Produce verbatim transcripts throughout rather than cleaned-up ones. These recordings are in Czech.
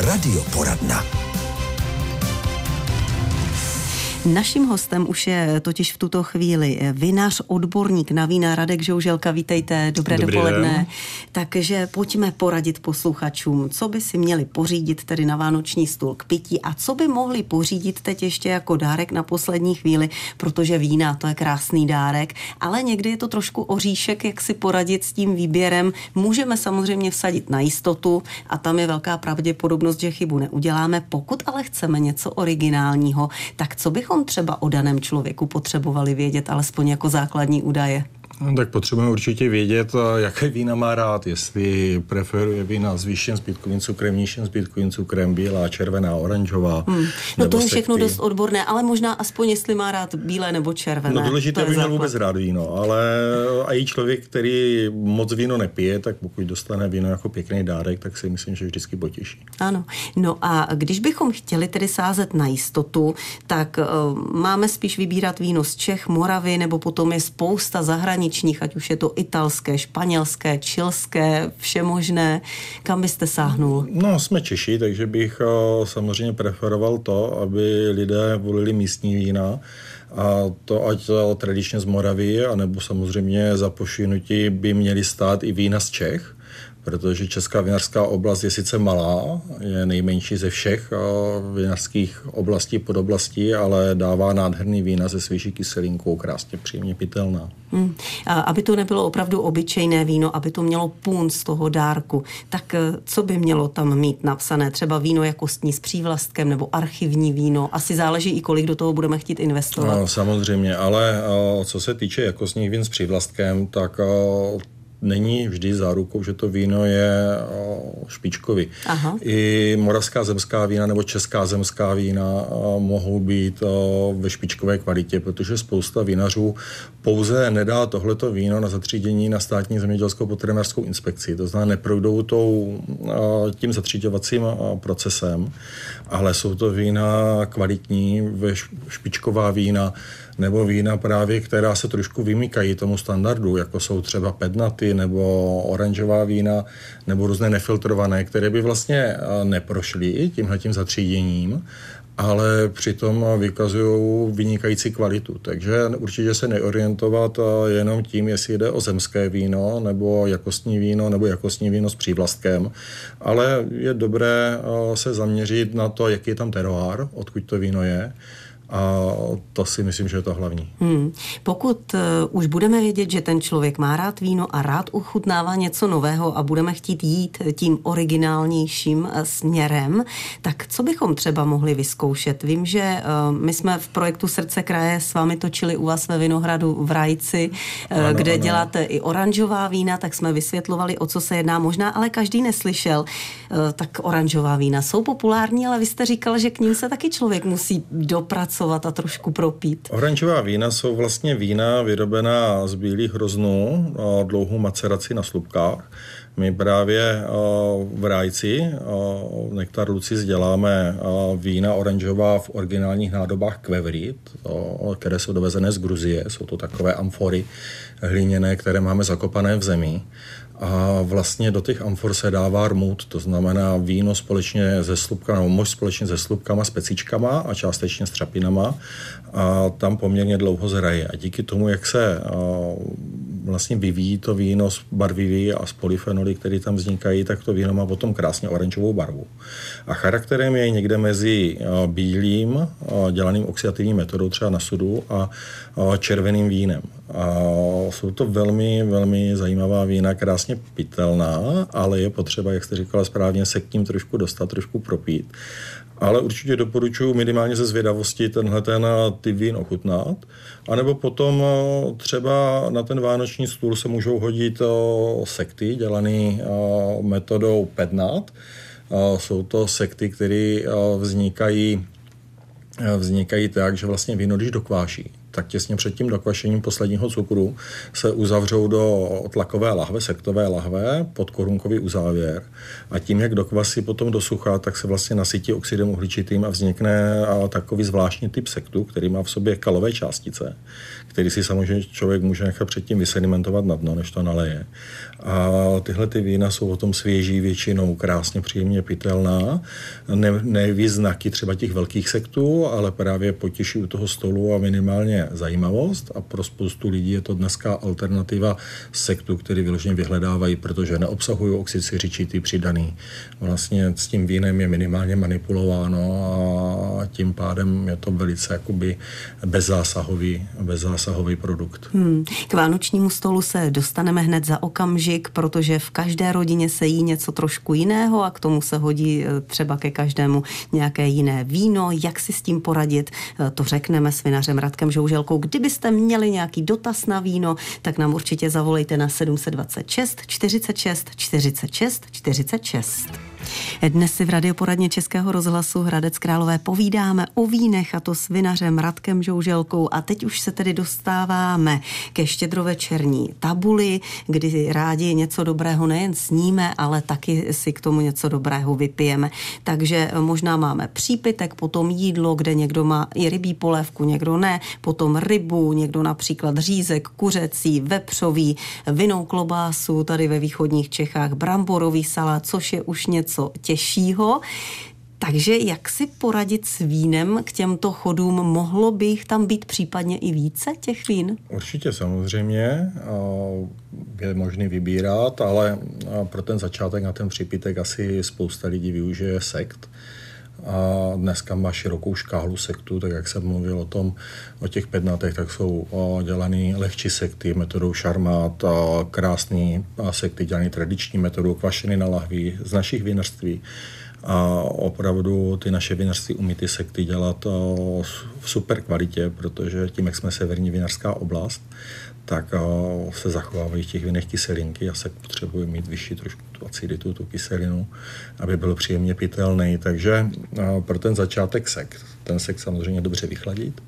Radioporadna. Naším hostem už je totiž v tuto chvíli vinař, odborník na vína Radek Žouželka. Vítejte, dobré Dobrý dopoledne. Den. Takže pojďme poradit posluchačům, co by si měli pořídit tedy na vánoční stůl k pití a co by mohli pořídit teď ještě jako dárek na poslední chvíli, protože vína to je krásný dárek, ale někdy je to trošku oříšek, jak si poradit s tím výběrem. Můžeme samozřejmě vsadit na jistotu a tam je velká pravděpodobnost, že chybu neuděláme. Pokud ale chceme něco originálního, tak co bychom třeba o daném člověku potřebovali vědět, alespoň jako základní údaje? No, tak potřebujeme určitě vědět, jaké vína má rád, jestli preferuje vína s vyšším zbytkovým cukrem, nižším zbytkovým cukrem, bílá, červená, oranžová. Hmm. No to je sekty. všechno dost odborné, ale možná aspoň jestli má rád bílé nebo červené. No důležité by měl vůbec rád víno, ale a i člověk, který moc víno nepije, tak pokud dostane víno jako pěkný dárek, tak si myslím, že vždycky potěší. Ano. No a když bychom chtěli tedy sázet na jistotu, tak uh, máme spíš vybírat víno z Čech, Moravy, nebo potom je spousta zahraničních, ať už je to italské, španělské, chilské, všemožné. Kam byste sáhnul? No, jsme Češi, takže bych uh, samozřejmě preferoval to, aby lidé volili místní vína. A to ať to tradičně z Moravy, anebo samozřejmě za pošinutí by měly stát i vína z Čech, protože Česká vinařská oblast je sice malá, je nejmenší ze všech vinařských oblastí, podoblastí, ale dává nádherný vína se svěží kyselinkou, krásně příjemně pitelná. Hmm. A aby to nebylo opravdu obyčejné víno, aby to mělo punc z toho dárku, tak co by mělo tam mít napsané? Třeba víno jakostní s přívlastkem nebo archivní víno? Asi záleží i kolik do toho budeme chtít investovat. No, samozřejmě, ale co se týče jakostních vín s přívlastkem, tak není vždy zárukou, že to víno je špičkový. Aha. I moravská zemská vína nebo česká zemská vína mohou být ve špičkové kvalitě, protože spousta vinařů pouze nedá tohleto víno na zatřídění na státní zemědělskou potravinářskou inspekci. To znamená, neprojdou tou, tím zatříďovacím procesem, ale jsou to vína kvalitní, špičková vína, nebo vína právě, která se trošku vymykají tomu standardu, jako jsou třeba pednaty nebo oranžová vína, nebo různé nefiltrované, které by vlastně neprošly tímhletím zatříděním, ale přitom vykazují vynikající kvalitu. Takže určitě se neorientovat jenom tím, jestli jde o zemské víno, nebo jakostní víno, nebo jakostní víno s přívlastkem, ale je dobré se zaměřit na to, jaký je tam teroár, odkud to víno je. A to si myslím, že je to hlavní. Hmm. Pokud uh, už budeme vědět, že ten člověk má rád víno a rád uchutnává něco nového a budeme chtít jít tím originálnějším uh, směrem, tak co bychom třeba mohli vyzkoušet? Vím, že uh, my jsme v projektu Srdce kraje s vámi točili u vás ve Vinohradu v Rajci, uh, ano, kde ano. děláte i oranžová vína, tak jsme vysvětlovali, o co se jedná. Možná, ale každý neslyšel. Uh, tak oranžová vína jsou populární, ale vy jste říkal, že k ním se taky člověk musí dopracovat a trošku propít. Oranžová vína jsou vlastně vína vyrobená z bílých hroznů, dlouhou maceraci na slupkách. My právě v Rajci, v Nektar Lucis, děláme vína oranžová v originálních nádobách Kvevrit, které jsou dovezené z Gruzie. Jsou to takové amfory hliněné, které máme zakopané v zemi. A vlastně do těch amfor se dává rmut, to znamená víno společně se slupkama, nebo mož společně se slupkama, s pecičkama a částečně s třapinama. A tam poměrně dlouho zraje. A díky tomu, jak se a, vlastně vyvíjí to víno z barvivý a z polyfenoly, které tam vznikají, tak to víno má potom krásně oranžovou barvu. A charakterem je někde mezi a, bílým, a, dělaným oxidativní metodou, třeba na sudu, a, a červeným vínem. A jsou to velmi, velmi zajímavá vína, krásně pitelná, ale je potřeba, jak jste říkala správně, se k ním trošku dostat, trošku propít. Ale určitě doporučuji minimálně ze zvědavosti tenhle ten typ vín ochutnat. A nebo potom třeba na ten vánoční stůl se můžou hodit sekty dělané metodou pednat. Jsou to sekty, které vznikají, vznikají tak, že vlastně víno, když dokváší, tak těsně před tím dokvašením posledního cukru se uzavřou do tlakové lahve, sektové lahve, pod korunkový uzávěr. A tím, jak dokvasí potom do sucha, tak se vlastně nasytí oxidem uhličitým a vznikne takový zvláštní typ sektu, který má v sobě kalové částice, který si samozřejmě člověk může nechat předtím vysedimentovat na dno, než to naleje. A tyhle ty vína jsou potom svěží, většinou krásně příjemně pitelná. Ne, neví znaky třeba těch velkých sektů, ale právě potěší u toho stolu a minimálně zajímavost. A pro spoustu lidí je to dneska alternativa sektů, který vyloženě vyhledávají, protože neobsahují oxid siřičitý přidaný. Vlastně s tím vínem je minimálně manipulováno a tím pádem je to velice jakoby bezzásahový, bezzásahový produkt. Hmm. K vánočnímu stolu se dostaneme hned za okamžik, protože v každé rodině se jí něco trošku jiného a k tomu se hodí třeba ke každému nějaké jiné víno. Jak si s tím poradit, to řekneme s vinařem Radkem Žouželkou. Kdybyste měli nějaký dotaz na víno, tak nám určitě zavolejte na sedm dva šest, čtyřicet šest, čtyřicet šest, čtyřicet šest. Dnes si v radioporadně Českého rozhlasu Hradec Králové povídáme o vínech, a to s vinařem Radkem Žouželkou. A teď už se tedy dostáváme ke štědrovečerní tabuli, kdy rádi něco dobrého nejen sníme, ale taky si k tomu něco dobrého vypijeme. Takže možná máme přípitek, potom jídlo, kde někdo má i rybí polévku, někdo ne, potom rybu, někdo například řízek, kuřecí, vepřový, vinnou klobásu, tady ve východních Čechách bramborový salát, což je už něco těžšího. Takže jak si poradit s vínem k těmto chodům? Mohlo by jich tam být případně i více těch vín? Určitě samozřejmě. Je možný vybírat, ale pro ten začátek na ten přípitek asi spousta lidí využije sekt. A dneska má širokou škálu sektů, tak jak jsem mluvil o tom, o těch pednatech, tak jsou dělaný lehčí sekty metodou šarmát, krásný sekty dělaný tradiční metodou, kvašeny na lahví z našich vinařství. A opravdu ty naše vinařství umí ty sekty dělat v super kvalitě, protože tím, jak jsme severní vinařská oblast, tak se zachovávají v těch vinech kyselinky a sekt potřebuje mít vyšší trošku tu aciditu, tu kyselinu, aby byl příjemně pitelný. Takže pro ten začátek sekt. Ten sekt samozřejmě dobře vychladit.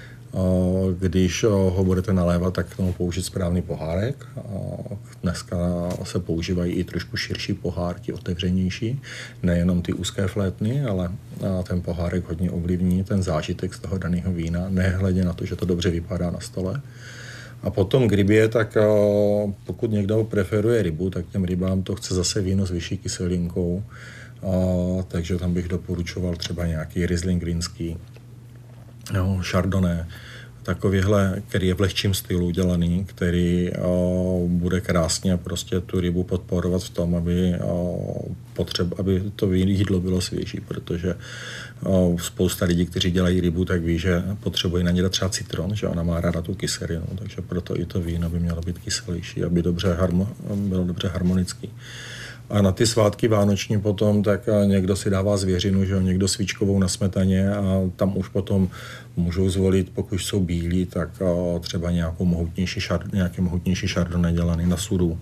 Když ho budete nalévat, tak k tomu použít správný pohárek. Dneska se používají i trošku širší pohárky, otevřenější, nejenom ty úzké flétny, ale ten pohárek hodně ovlivní ten zážitek z toho daného vína, nehledě na to, že to dobře vypadá na stole. A potom k rybě, tak pokud někdo preferuje rybu, tak těm rybám to chce zase víno s vyšší kyselinkou, takže tam bych doporučoval třeba nějaký Riesling rýnský, no, Chardonnay, takovýhle, který je v lehčím stylu udělaný, který o, bude krásně prostě tu rybu podporovat v tom, aby, o, potřeb, aby to jídlo bylo svěží, protože o, spousta lidí, kteří dělají rybu, tak ví, že potřebují na ně dát třeba citron, že ona má ráda tu kyselinu, takže proto i to víno by mělo být kyselější, aby dobře harmo, bylo dobře harmonický. A na ty svátky vánoční potom, tak někdo si dává zvěřinu, že někdo svíčkovou na smetaně a tam už potom můžou zvolit, pokud jsou bílí, tak třeba nějakou mohutnější šard, nějaký mohutnější chardonnay dělaný na sudu,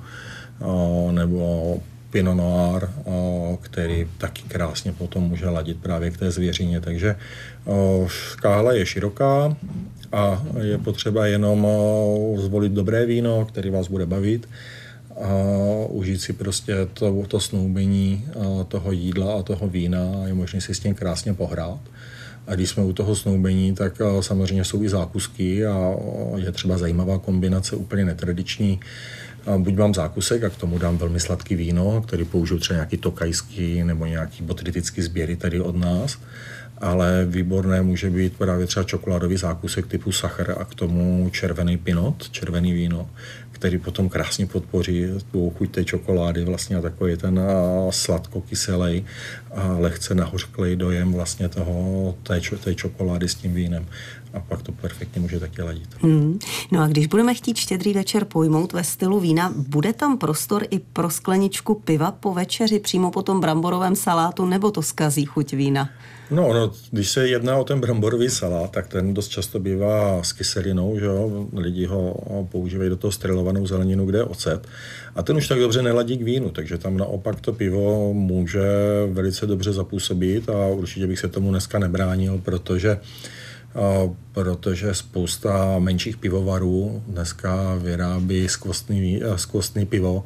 nebo Pinot Noir, který taky krásně potom může ladit právě k té zvěřině. Takže škála je široká a je potřeba jenom zvolit dobré víno, který vás bude bavit, a užít si prostě to, to snoubení toho jídla a toho vína a je možné si s tím krásně pohrát. A když jsme u toho snoubení, tak samozřejmě jsou i zákusky a je třeba zajímavá kombinace, úplně netradiční. Buď mám zákusek a k tomu dám velmi sladký víno, který použiju třeba nějaký tokajský nebo nějaký botritický sběry tady od nás, ale výborné může být právě třeba čokoládový zákusek typu sachar a k tomu červený pinot, červený víno, který potom krásně podpoří tu chuť té čokolády, vlastně a takový ten sladko-kyselej a lehce nahořklej dojem vlastně toho, té, té čokolády s tím vínem. A pak to perfektně může taky ladit. Hmm. No a když budeme chtít štědrý večer pojmout ve stylu vína, bude tam prostor i pro skleničku piva po večeři, přímo po tom bramborovém salátu, nebo to zkazí chuť vína? No, no, když se jedná o ten bramborový salát, tak ten dost často bývá s kyselinou, že jo? Lidi ho používají do toho sterilovanou zeleninu, kde je ocet. A ten už tak dobře neladí k vínu, takže tam naopak to pivo může velice dobře zapůsobit a určitě bych se tomu dneska nebránil, protože protože spousta menších pivovarů dneska vyrábí skvostný, skvostný pivo,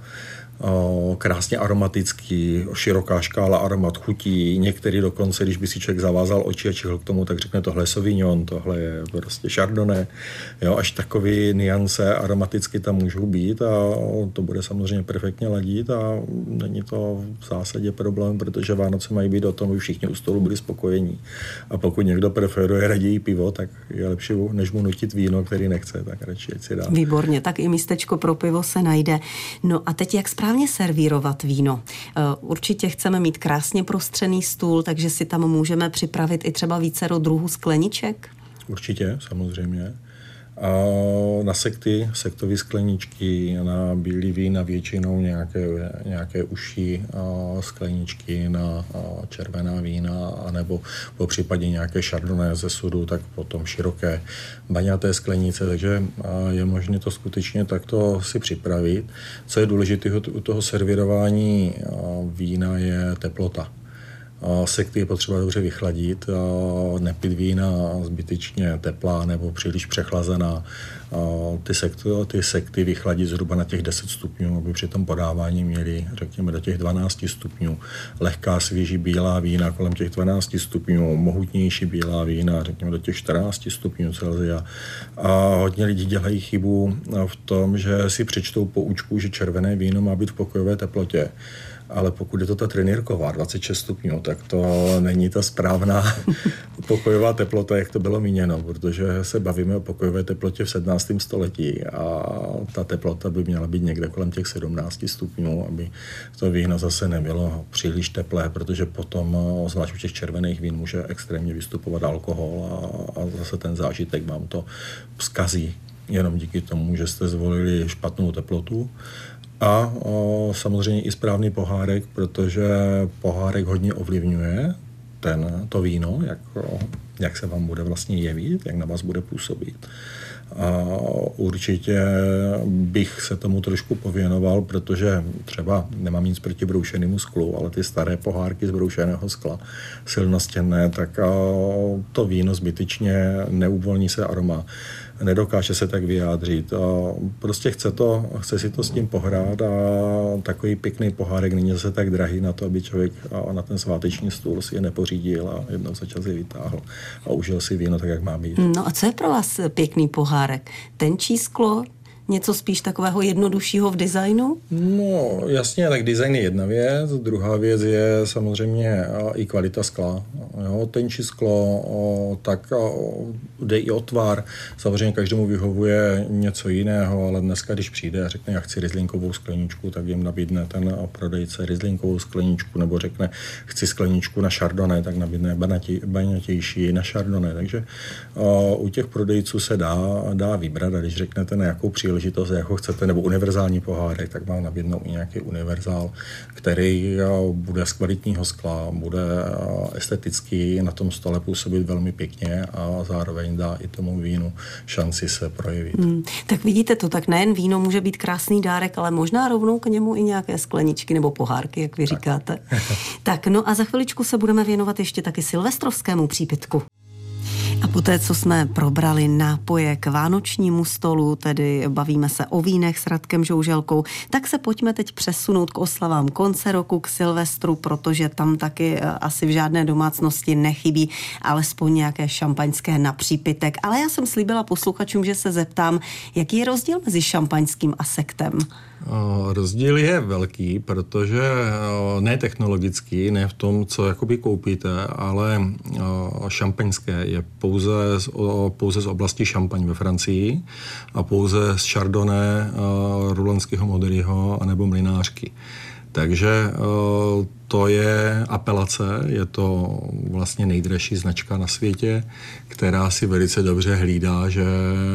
krásně aromatický, široká škála aromat chutí. Některý dokonce, když by si člověk zavázal oči a čihl k tomu, tak řekne, tohle je Sauvignon, tohle je prostě Chardonnay. Jo, až takový niance aromaticky tam můžou být a to bude samozřejmě perfektně ladit a není to v zásadě problém, protože Vánoce mají být o tom, aby všichni u stolu byli spokojení. A pokud někdo preferuje raději pivo, tak je lepší, než mu nutit víno, který nechce, tak radši si dá. Výborně, tak i místečko pro pivo se najde. No a teď jak správně servírovat víno. Určitě chceme mít krásně prostřený stůl, takže si tam můžeme připravit i třeba vícero druhů skleniček? Určitě, samozřejmě. A na sekty, sektové skleničky, na bílý vína většinou nějaké, nějaké uší skleničky, na červená vína, anebo po případě nějaké Chardonnay ze sudu, tak potom široké baňaté sklenice, takže je možné to skutečně takto si připravit. Co je důležité u toho servírování vína je teplota. Sekty je potřeba dobře vychladit, nepít vína zbytečně teplá nebo příliš přechlazená. Ty sekty, ty sekty vychladit zhruba na těch deset stupňů, aby při tom podávání měli, řekněme, do těch dvanáct stupňů. Lehká, svěží bílá vína kolem těch dvanáct stupňů, mohutnější bílá vína, řekněme, do těch čtrnáct stupňů Celsia. A hodně lidí dělají chybu v tom, že si přečtou poučku, že červené víno má být v pokojové teplotě. Ale pokud je to ta trenýrková dvacet šest stupňů, tak to není ta správná pokojová teplota, jak to bylo míněno, protože se bavíme o pokojové teplotě v sedmnáctém století a ta teplota by měla být někde kolem těch sedmnáct stupňů, aby to víno zase nebylo příliš teplé, protože potom, zvlášť u těch červených vín, může extrémně vystupovat alkohol a, a zase ten zážitek vám to zkazí jenom díky tomu, že jste zvolili špatnou teplotu. A o, samozřejmě i správný pohárek, protože pohárek hodně ovlivňuje ten, to víno, jak, o, jak se vám bude vlastně jevit, jak na vás bude působit. A určitě bych se tomu trošku pověnoval, protože třeba nemám nic proti broušenému sklu, ale ty staré pohárky z broušeného skla, silnostěnné, tak to víno zbytečně neuvolní se aroma. Nedokáže se tak vyjádřit. A prostě chce, to, chce si to s tím pohrát a takový pěkný pohárek není zase tak drahý na to, aby člověk na ten sváteční stůl si je nepořídil a jednou za čas je vytáhl a užil si víno tak, jak má být. No a co je pro vás pěkný pohárek? Tenčí sklo? Něco spíš takového jednoduššího v designu? No jasně, tak design je jedna věc, druhá věc je samozřejmě i kvalita skla. Jo, tenčí sklo, tak jde i o tvar. Samozřejmě každému vyhovuje něco jiného, ale dneska, když přijde a řekne, já chci rizlinkovou skleničku, tak jim nabídne ten prodejce rizlinkovou skleničku, nebo řekne, chci skleničku na Chardonnay, tak nabídne baňatější na Chardonnay. Takže u těch prodejců se dá, dá vybrat, a když řeknete, na jakou příležitost, jako chcete, nebo univerzální pohárek, tak vám nabídnou i nějaký univerzál, který bude z kvalitního skla, bude esteticky na tom stole působit velmi pěkně a zároveň dá i tomu vínu šanci se projevit. Hmm, tak vidíte to, tak nejen víno může být krásný dárek, ale možná rovnou k němu i nějaké skleničky nebo pohárky, jak vy tak říkáte. Tak, no a za chviličku se budeme věnovat ještě taky silvestrovskému přípitku. A poté, co jsme probrali nápoje k vánočnímu stolu, tedy bavíme se o vínech s Radkem Žouželkou, tak se pojďme teď přesunout k oslavám konce roku, k Silvestru, protože tam taky asi v žádné domácnosti nechybí alespoň nějaké šampaňské na přípitek. Ale já jsem slíbila posluchačům, že se zeptám, jaký je rozdíl mezi šampaňským a sektem? Rozdíl je velký, protože ne technologický, ne v tom, co jakoby koupíte, ale šampaňské je pouze z, pouze z oblasti Šampaň ve Francii a pouze z Chardonnay, Rulanského Modryho anebo Mlynářky. Takže to je apelace, je to vlastně nejdražší značka na světě, která si velice dobře hlídá, že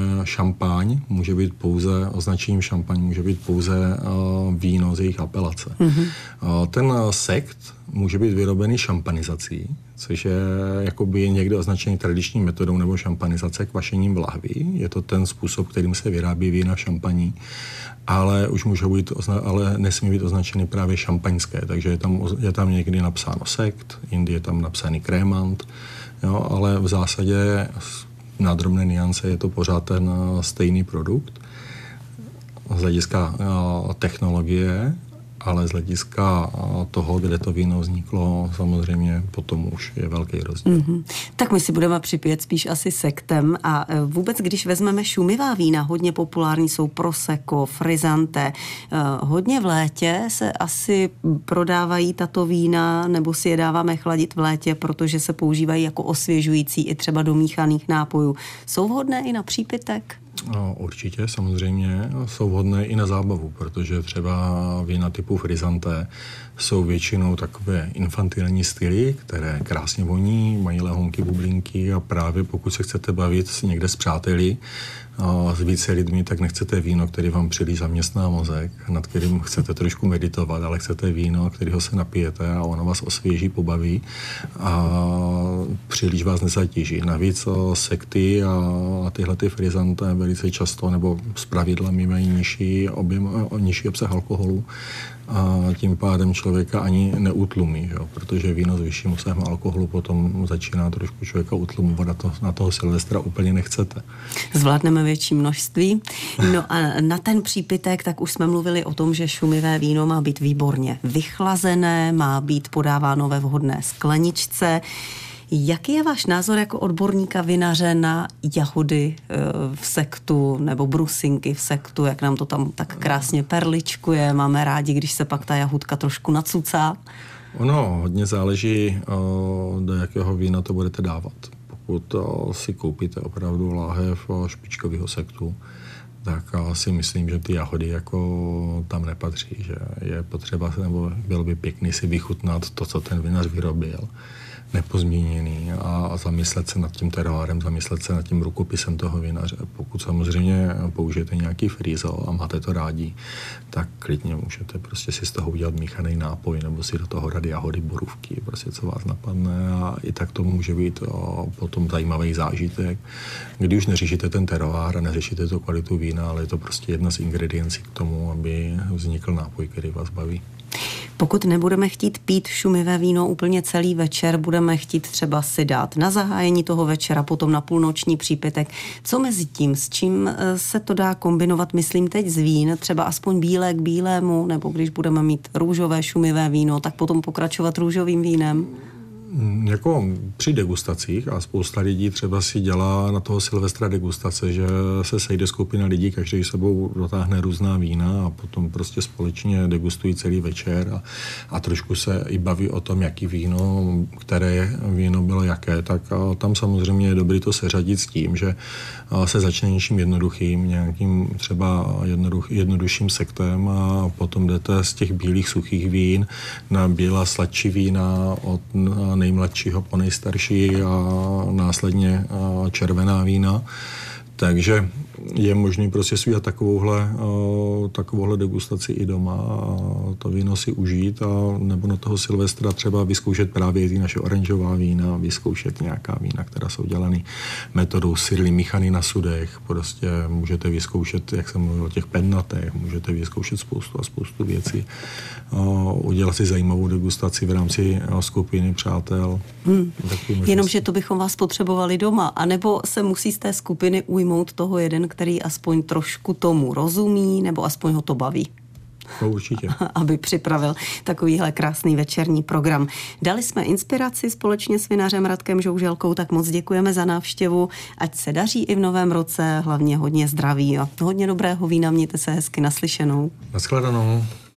šampaň může být pouze, označením šampaň může být pouze víno z jejich apelace. Mm-hmm. Ten sekt může být vyrobený šampanizací, což je jakoby někde označený tradiční metodou nebo šampanizace kvašením v lahvi. Je to ten způsob, kterým se vyrábí vína šampaní, ale už můžou být, ale nesmí být označeny právě šampaňské, takže je tam, je tam někdy napsáno sekt, jindy je tam napsaný krémant, jo, ale v zásadě na drobné niance je to pořád ten stejný produkt. Z hlediska technologie, ale z hlediska toho, kde to víno vzniklo, samozřejmě potom už je velký rozdíl. Mm-hmm. Tak my si budeme připět spíš asi sektem a vůbec, když vezmeme šumivá vína, hodně populární jsou Prosecco, Frizzante, hodně v létě se asi prodávají tato vína, nebo si je dáváme chladit v létě, protože se používají jako osvěžující i třeba do míchaných nápojů. Jsou vhodné i na přípitek? No, určitě, samozřejmě jsou vhodné i na zábavu, protože třeba vína typu Frizzante jsou většinou takové infantilní styly, které krásně voní, mají lehonky, bublinky a právě pokud se chcete bavit někde s přáteli, s více lidmi, tak nechcete víno, který vám příliš zaměstná mozek, nad kterým chcete trošku meditovat, ale chcete víno, kterého se napijete a ono vás osvěží, pobaví a příliš vás nezatíží. Navíc sekty a tyhle ty Frizzante velice často nebo zpravidla mají nižší objem, nižší obsah alkoholu a tím pádem člověka ani neutlumí, jo? Protože víno s vyšším obsahem alkoholu potom začíná trošku člověka utlumovat a to, na toho Silvestra úplně nechcete. Zvládneme větší množství. No a na ten přípitek, tak už jsme mluvili o tom, že šumivé víno má být výborně vychlazené, má být podáváno ve vhodné skleničce. Jaký je váš názor jako odborníka vinaře na jahody v sektu nebo brusinky v sektu, jak nám to tam tak krásně perličkuje, máme rádi, když se pak ta jahůdka trošku nacucá? Ono hodně záleží, do jakého vína to budete dávat. Pokud si koupíte opravdu láhev špičkového sektu, tak si myslím, že ty jahody jako tam nepatří, že je potřeba, nebo bylo by pěkný si vychutnat to, co ten vinař vyrobil, nepozměněný a zamyslet se nad tím teroárem, zamyslet se nad tím rukopisem toho vinaře. Pokud samozřejmě použijete nějaký frízo a máte to rádi, tak klidně můžete prostě si z toho udělat míchaný nápoj nebo si do toho dát jahody, borůvky, prostě co vás napadne a i tak to může být o, potom zajímavý zážitek. Když už neřešíte ten teroár a neřešíte tu kvalitu vína, ale je to prostě jedna z ingrediencí k tomu, aby vznikl nápoj, který vás baví. Pokud nebudeme chtít pít šumivé víno úplně celý večer, budeme chtít třeba si dát na zahájení toho večera, potom na půlnoční přípitek. Co mezi tím, s čím se to dá kombinovat, myslím teď z vín, třeba aspoň bílé k bílému, nebo když budeme mít růžové šumivé víno, tak potom pokračovat růžovým vínem? Jako při degustacích a spousta lidí třeba si dělá na toho Silvestra degustace, že se sejde skupina lidí, každý sebou dotáhne různá vína a potom prostě společně degustují celý večer a, a trošku se i baví o tom, jaký víno, které víno bylo jaké, tak tam samozřejmě je dobré to seřadit s tím, že se začne něčím jednoduchým, nějakým třeba jednoduch, jednodušším sektem a potom jdete z těch bílých suchých vín na bílá sladší vína od nejmladšího po nejstarší a následně červená vína. Takže je možný prostě si udělat takovouhle, takovouhle degustaci i doma a to víno si užít a nebo na toho Silvestra třeba vyzkoušet právě ty naše oranžová vína, vyzkoušet nějaká vína, která jsou dělané metodou sirly míchaný na sudech. Prostě můžete vyzkoušet, jak jsem mluvil o těch pennatech, můžete vyzkoušet spoustu a spoustu věcí. Udělat si zajímavou degustaci v rámci skupiny přátel. Hmm. Jenomže to bychom vás potřebovali doma, anebo se musí z té skupiny ujmout toho jeden, který aspoň trošku tomu rozumí, nebo aspoň ho to baví. No, určitě. Aby připravil takovýhle krásný večerní program. Dali jsme inspiraci společně s vinařem Radkem Žouželkou, tak moc děkujeme za návštěvu. Ať se daří i v novém roce, hlavně hodně zdraví a hodně dobrého vína. Mějte se hezky, naslyšenou. Naschledanou.